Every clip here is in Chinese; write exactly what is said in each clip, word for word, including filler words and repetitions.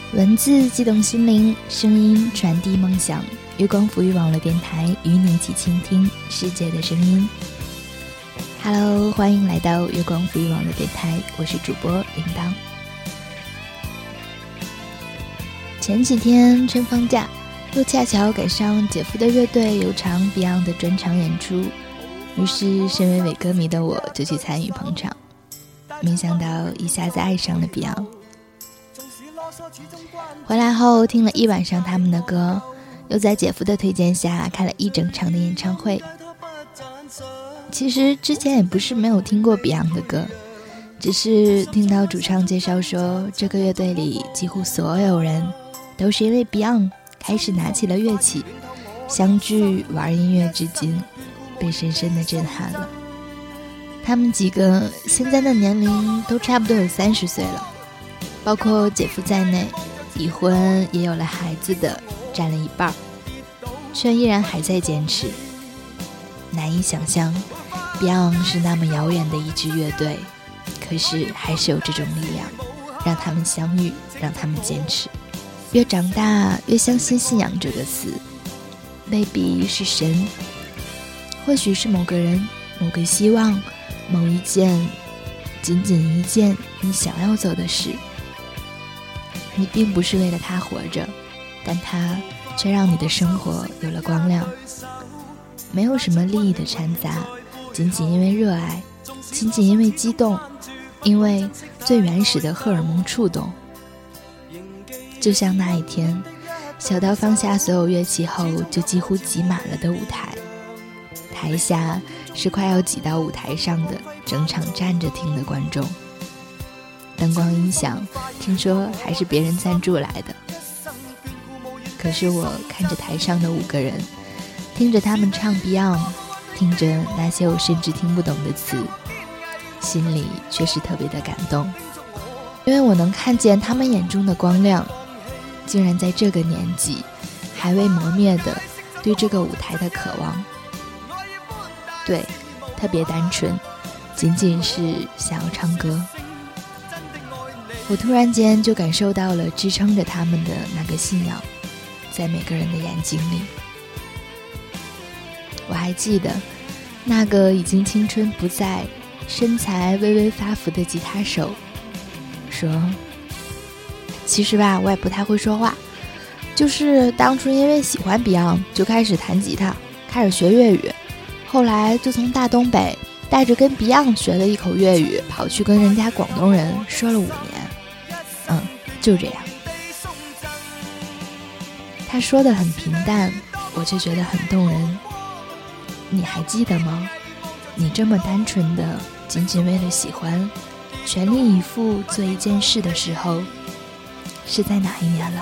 文字激动心灵，声音传递梦想。月光浮语网络电台与你一起倾听世界的声音。Hello， 欢迎来到月光浮语网络电台，我是主播铃铛。前几天趁放假，又恰巧赶上姐夫的乐队有场 Beyond 的专场演出，于是身为伪歌迷的我就去参与捧场，没想到一下子爱上了 Beyond。回来后听了一晚上他们的歌，又在姐夫的推荐下看了一整场的演唱会。其实之前也不是没有听过 Beyond 的歌，只是听到主唱介绍说这个乐队里几乎所有人都是因为 Beyond 开始拿起了乐器，相聚玩音乐至今，被深深的震撼了。他们几个现在的年龄都差不多有三十岁了，包括姐夫在内，已婚也有了孩子的占了一半，却依然还在坚持。难以想象 Beyond 是那么遥远的一支乐队，可是还是有这种力量让他们相遇，让他们坚持。越长大越相信信仰这个词，未必是神，或许是某个人，某个希望，某一件，仅仅一件你想要做的事。你并不是为了他活着，但他却让你的生活有了光亮。没有什么利益的掺杂，仅仅因为热爱，仅仅因为激动，因为最原始的荷尔蒙触动。就像那一天，小到放下所有乐器后就几乎挤满了的舞台，台下是快要挤到舞台上的整场站着听的观众。灯光音响听说还是别人赞助来的，可是我看着台上的五个人，听着他们唱 Beyond， 听着那些我甚至听不懂的词，心里却是特别的感动，因为我能看见他们眼中的光亮，竟然在这个年纪还未磨灭的对这个舞台的渴望。对，特别单纯，仅仅是想要唱歌。我突然间就感受到了支撑着他们的那个信仰，在每个人的眼睛里。我还记得那个已经青春不在，身材微微发福的吉他手说，其实吧，我也不太会说话，就是当初因为喜欢 Beyond 就开始弹吉他，开始学粤语，后来就从大东北带着跟 Beyond 学的一口粤语跑去跟人家广东人说了五年。嗯，就这样。他说得很平淡，我却觉得很动人。你还记得吗？你这么单纯的仅仅为了喜欢，全力以赴做一件事的时候，是在哪一年了？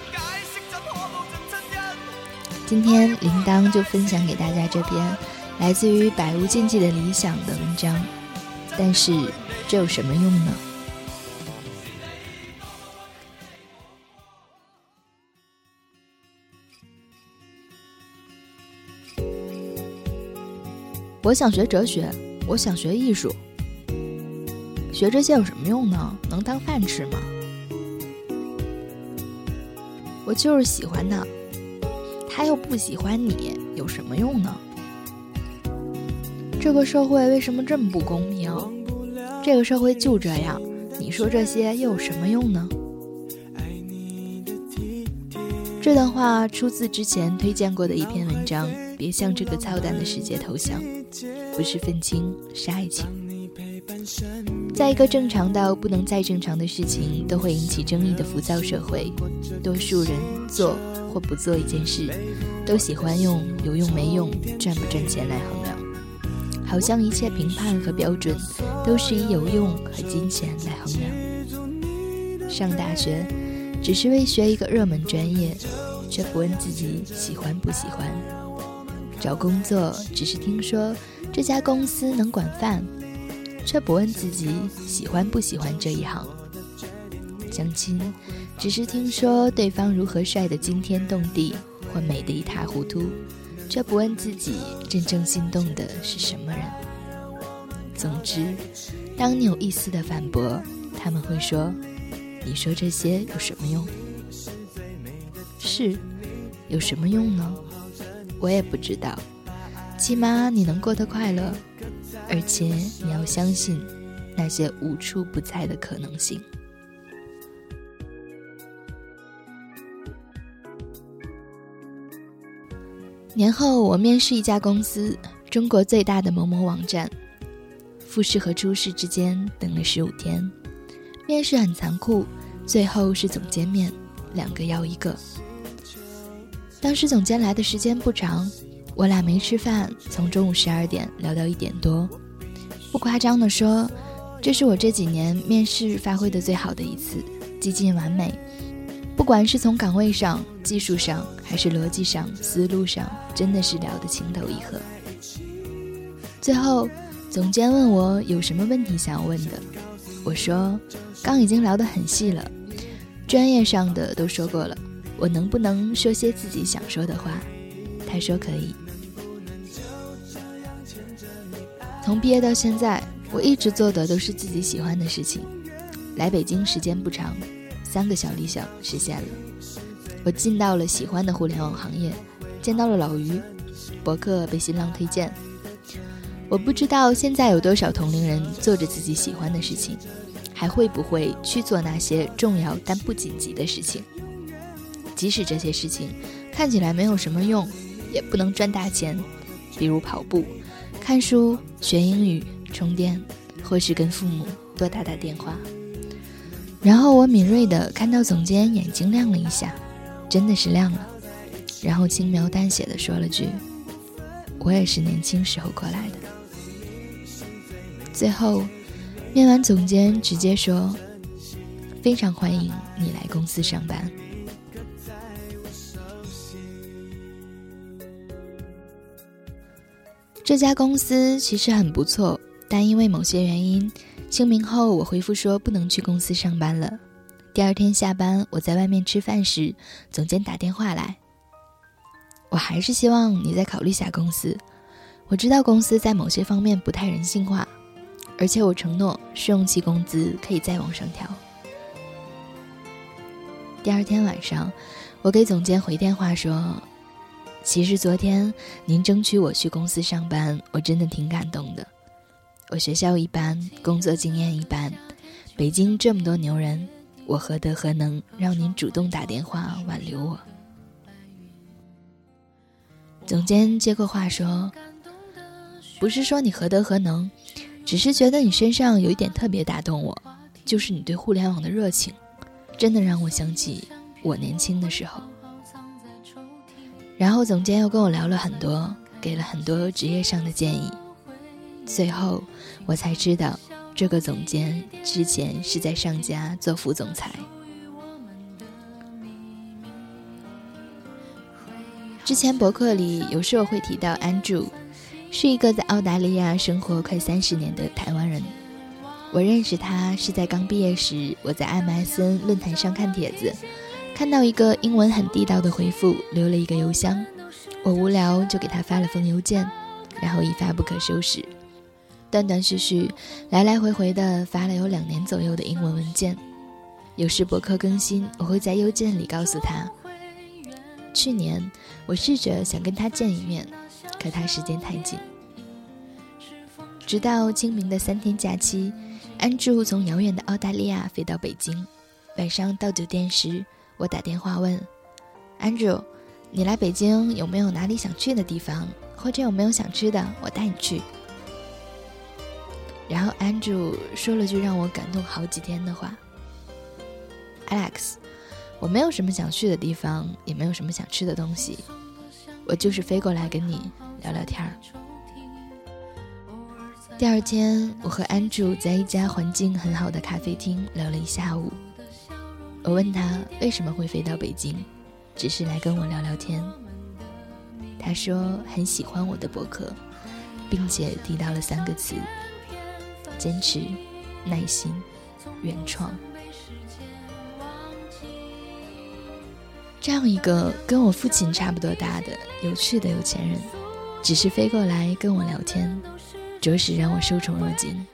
今天铃铛就分享给大家这篇来自于百无禁忌的理想的文章，但是这有什么用呢？我想学哲学，我想学艺术，学这些有什么用呢？能当饭吃吗？我就是喜欢他，他又不喜欢你，有什么用呢？这个社会为什么这么不公平？这个社会就这样，你说这些又有什么用呢？这段话出自之前推荐过的一篇文章，别向这个操蛋的世界投降，不是愤青，是爱情。在一个正常到不能再正常的事情都会引起争议的浮躁社会，多数人做或不做一件事，都喜欢用有用没用、赚不赚钱来衡量，好像一切评判和标准都是以有用和金钱来衡量。上大学只是为学一个热门专业，却不问自己喜欢不喜欢。找工作只是听说这家公司能管饭，却不问自己喜欢不喜欢这一行。相亲只是听说对方如何帅得惊天动地或美得一塌糊涂，却不问自己真正心动的是什么人。总之，当你有一丝的反驳，他们会说，你说这些有什么用？ 事，有什么用呢？我也不知道，起码你能过得快乐，而且你要相信那些无处不在的可能性。年后我面试一家公司，中国最大的某某网站，复试和初试之间等了十五天，面试很残酷，最后是总监面，两个要一个。当时总监来的时间不长，我俩没吃饭，从中午十二点聊到一点多。不夸张地说，这是我这几年面试发挥的最好的一次，几近完美。不管是从岗位上、技术上，还是逻辑上、思路上，真的是聊得情投意合。最后总监问我有什么问题想要问的，我说刚已经聊得很细了，专业上的都说过了，我能不能说些自己想说的话？他说可以。从毕业到现在，我一直做的都是自己喜欢的事情。来北京时间不长，三个小理想实现了。我进到了喜欢的互联网行业，见到了老于，博客被新浪推荐。我不知道现在有多少同龄人做着自己喜欢的事情，还会不会去做那些重要但不紧急的事情。即使这些事情看起来没有什么用，也不能赚大钱，比如跑步、看书、学英语、充电，或是跟父母多打打电话。然后我敏锐地看到总监眼睛亮了一下，真的是亮了，然后轻描淡写地说了句，我也是年轻时候过来的。最后面完总监直接说，非常欢迎你来公司上班。这家公司其实很不错，但因为某些原因，清明后我回复说不能去公司上班了。第二天下班，我在外面吃饭时，总监打电话来，我还是希望你再考虑下公司，我知道公司在某些方面不太人性化，而且我承诺试用期工资可以再往上调。第二天晚上，我给总监回电话说，其实昨天您争取我去公司上班，我真的挺感动的。我学校一般，工作经验一般，北京这么多牛人，我何德何能让您主动打电话挽留我？总监接过话说，不是说你何德何能，只是觉得你身上有一点特别打动我，就是你对互联网的热情，真的让我想起我年轻的时候。然后总监又跟我聊了很多，给了很多职业上的建议。最后我才知道，这个总监之前是在上家做副总裁。之前博客里有时候会提到安住，是一个在澳大利亚生活快三十年的台湾人。我认识他是在刚毕业时，我在 M S N 论坛上看帖子，看到一个英文很地道的回复，留了一个邮箱，我无聊就给他发了封邮件，然后一发不可收拾，断断续续来来回回的发了有两年左右的英文文件。有时博客更新，我会在邮件里告诉他，去年我试着想跟他见一面，可他时间太紧。直到清明的三天假期，安住从遥远的澳大利亚飞到北京。晚上到酒店时，我打电话问安住，你来北京有没有哪里想去的地方，或者有没有想吃的，我带你去。然后安住说了句让我感动好几天的话， Alex， 我没有什么想去的地方，也没有什么想吃的东西，我就是飞过来跟你聊聊天儿。第二天，我和安住在一家环境很好的咖啡厅聊了一下午。我问他为什么会飞到北京，只是来跟我聊聊天。他说很喜欢我的博客，并且提到了三个词：坚持、耐心、原创。这样一个跟我父亲差不多大的有趣的有钱人，只是飞过来跟我聊天，着实让我受宠若惊。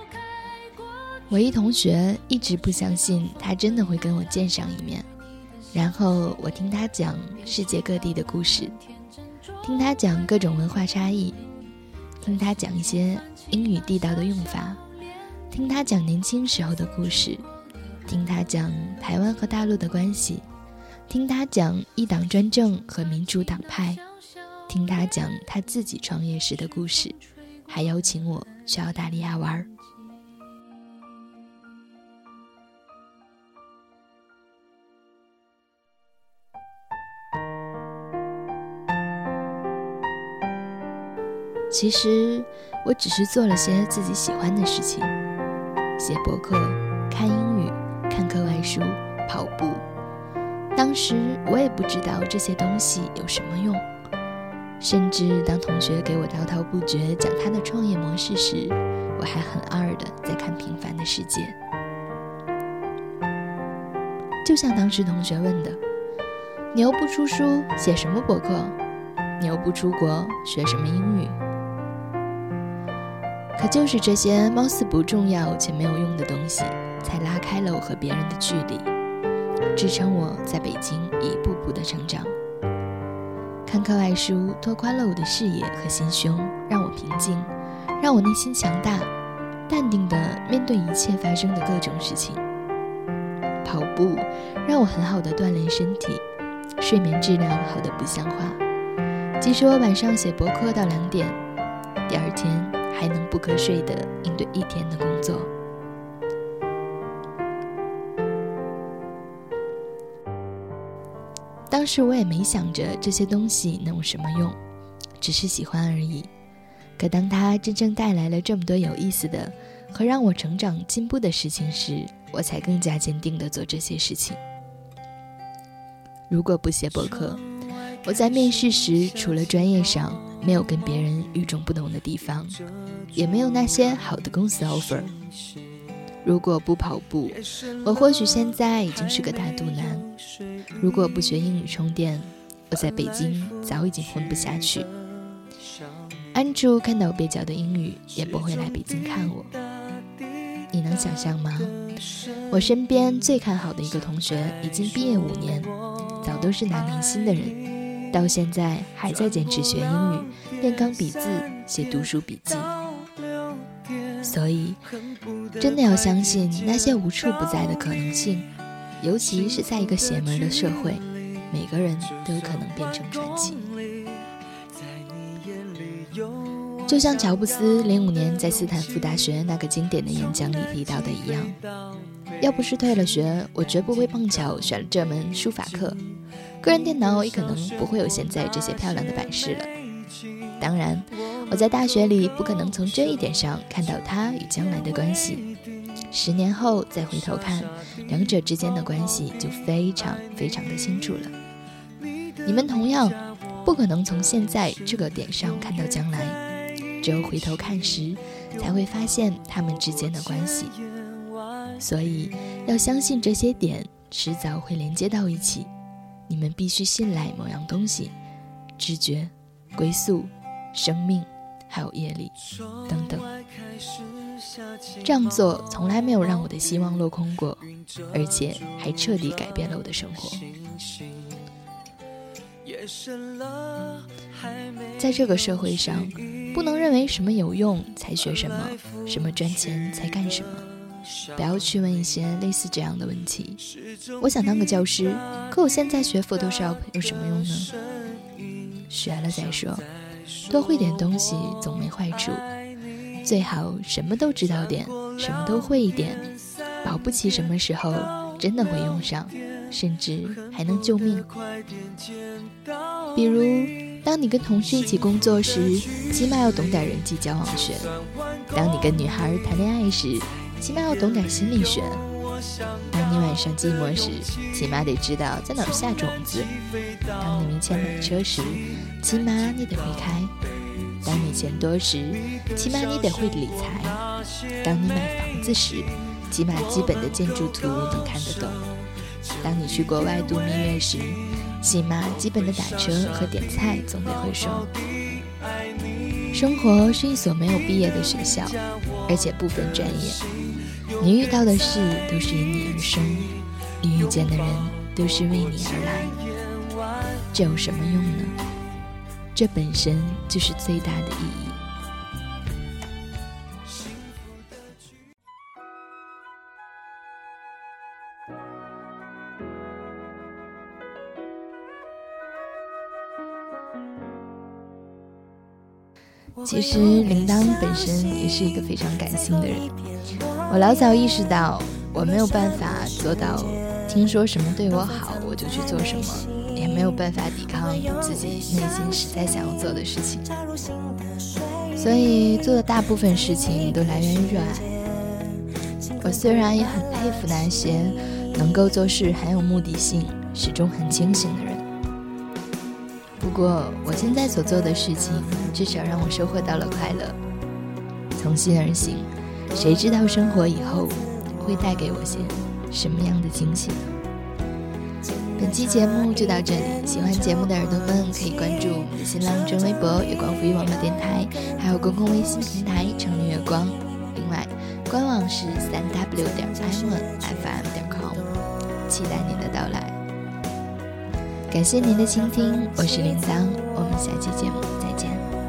我一同学一直不相信他真的会跟我见上一面， 然后我听他讲世界各地的故事，听他讲各种文化差异，听他讲一些英语地道的用法，听他讲年轻时候的故事，听他讲台湾和大陆的关系，听他讲一党专政和民主党派，听他讲他自己创业时的故事，还邀请我去澳大利亚玩。其实我只是做了些自己喜欢的事情，写博客、看英语、看课外书、跑步。当时我也不知道这些东西有什么用，甚至当同学给我滔滔不绝讲他的创业模式时，我还很二的在看《平凡的世界》。就像当时同学问的，你又不出书，写什么博客？你又不出国，学什么英语？可就是这些貌似不重要且没有用的东西，才拉开了我和别人的距离，支撑我在北京一步步的成长。看课外书拓宽了我的视野和心胸，让我平静，让我内心强大，淡定地面对一切发生的各种事情。跑步让我很好地锻炼身体，睡眠质量好得不像话。即使我晚上写博客到两点，第二天还能不瞌睡地应对一天的工作。当时我也没想着这些东西能有什么用，只是喜欢而已。可当它真正带来了这么多有意思的和让我成长进步的事情时，我才更加坚定地做这些事情。如果不写博客，我在面试时除了专业上没有跟别人与众不同的地方，也没有那些好的公司 offer。 如果不跑步，我或许现在已经是个大肚腩。如果不学英语充电，我在北京早已经混不下去。安住看到我蹩脚的英语，也不会来北京看我。你能想象吗？我身边最看好的一个同学已经毕业五年，早都是拿年薪的人，到现在还在坚持学英语，练钢笔字，写读书笔记。所以真的要相信那些无处不在的可能性，尤其是在一个邪门的社会，每个人都有可能变成传奇。就像乔布斯零五年在斯坦福大学那个经典的演讲里提到的一样，要不是退了学，我绝不会碰巧选了这门书法课，个人电脑也可能不会有现在这些漂亮的版式了。当然，我在大学里不可能从这一点上看到它与将来的关系，十年后再回头看，两者之间的关系就非常非常的清楚了。你们同样不可能从现在这个点上看到将来，只有回头看时才会发现他们之间的关系。所以要相信这些点迟早会连接到一起，你们必须信赖某样东西，直觉、归宿、生命还有业力等等。这样做从来没有让我的希望落空过，而且还彻底改变了我的生活。在这个社会上，不能认为什么有用才学什么，什么赚钱才干什么。不要去问一些类似这样的问题。我想当个教师，可我现在学 Photoshop 有什么用呢？学了再说，多会点东西总没坏处，最好什么都知道点，什么都会一点，保不齐什么时候真的会用上，甚至还能救命。比如当你跟同事一起工作时，起码要懂点人际交往学；当你跟女孩谈恋爱时，起码要懂点心理学；当你晚上寂寞时，起码得知道在哪儿下种子；当你没钱买车时，起码你得会开；当你钱多时，起码你得会理财；当你买房子时，起码基本的建筑图能看得懂；当你去国外度蜜月时，起码基本的打车和点菜总得会说。生活是一所没有毕业的学校，而且不分专业，你遇到的事都是因你而生，你遇见的人都是为你而来，这有什么用呢？这本身就是最大的意义。其实铃铛本身也是一个非常感性的人，我老早意识到我没有办法做到听说什么对我好我就去做什么，也没有办法抵抗自己内心实在想要做的事情，所以做的大部分事情都来源于热爱。我虽然也很佩服那些能够做事很有目的性始终很清醒的人，不过我现在所做的事情至少让我收获到了快乐。从心而行，谁知道生活以后会带给我些什么样的惊喜呢？本期节目就到这里，喜欢节目的耳朵们可以关注我们的新浪微博月光浮语网络电台，还有公共微信平台城里月光，另外官网是 三 w 点 i m f m 点 com， 期待你的到来。感谢您的倾听，我是铃铛，我们下期节目再见。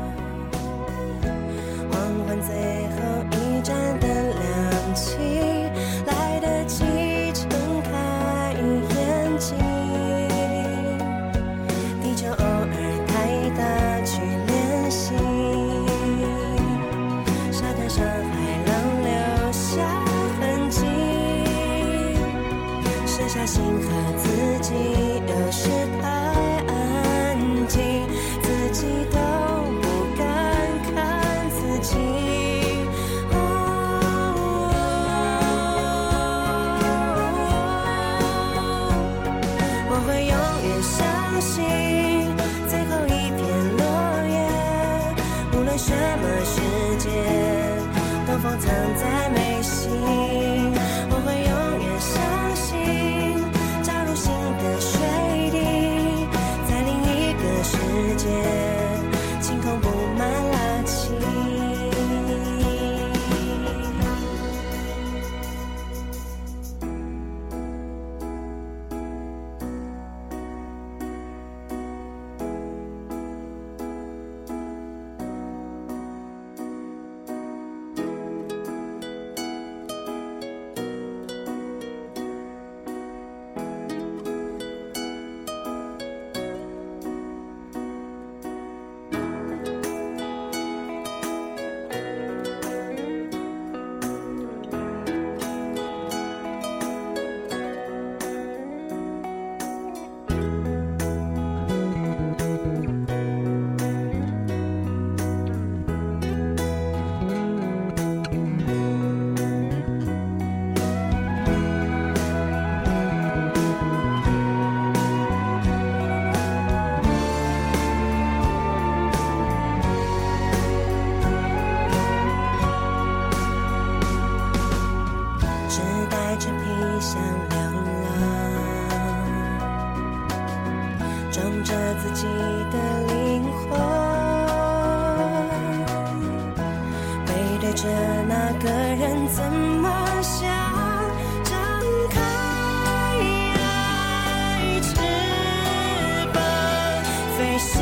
黄昏最后一盏灯亮起，来得及睁开眼睛，地球偶尔太大去练习，沙滩上海浪留下痕迹，剩下心和自己，有时太安静，自己都不敢看自己。我会永远相信最后一片落叶，无论什么时间，东风藏在眉心。我会永远相信扎入心的水滴，在另一个世界，晴空布满拉起。装着自己的灵魂，背对着那个人怎么想张开翅膀飞翔。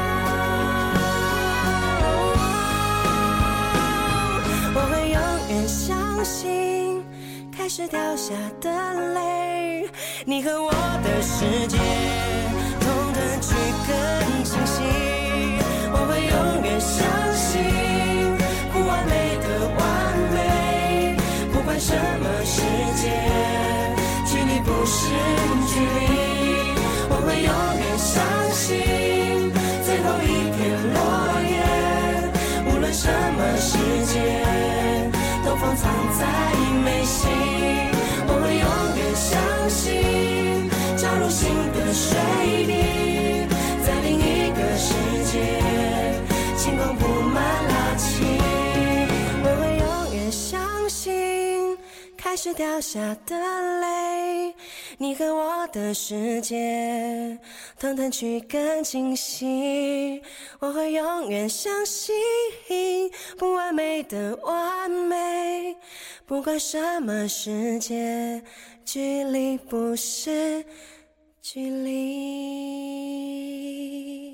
我会永远相信开始掉下的泪，你和我的世界同等去更清晰。我会永远相信不完美的完美，不管什么世界，距离不是距离。我会永远相信最后一片落叶，无论什么世界，东风藏在眉心。我会永远相信扎入心的水滴，在另一个世界，晴空布满拉起。我会永远相信开始掉下的泪，你和我的世界腾腾去更清晰。我会永远相信不完美的完美，不管什么世界，距离不是距离。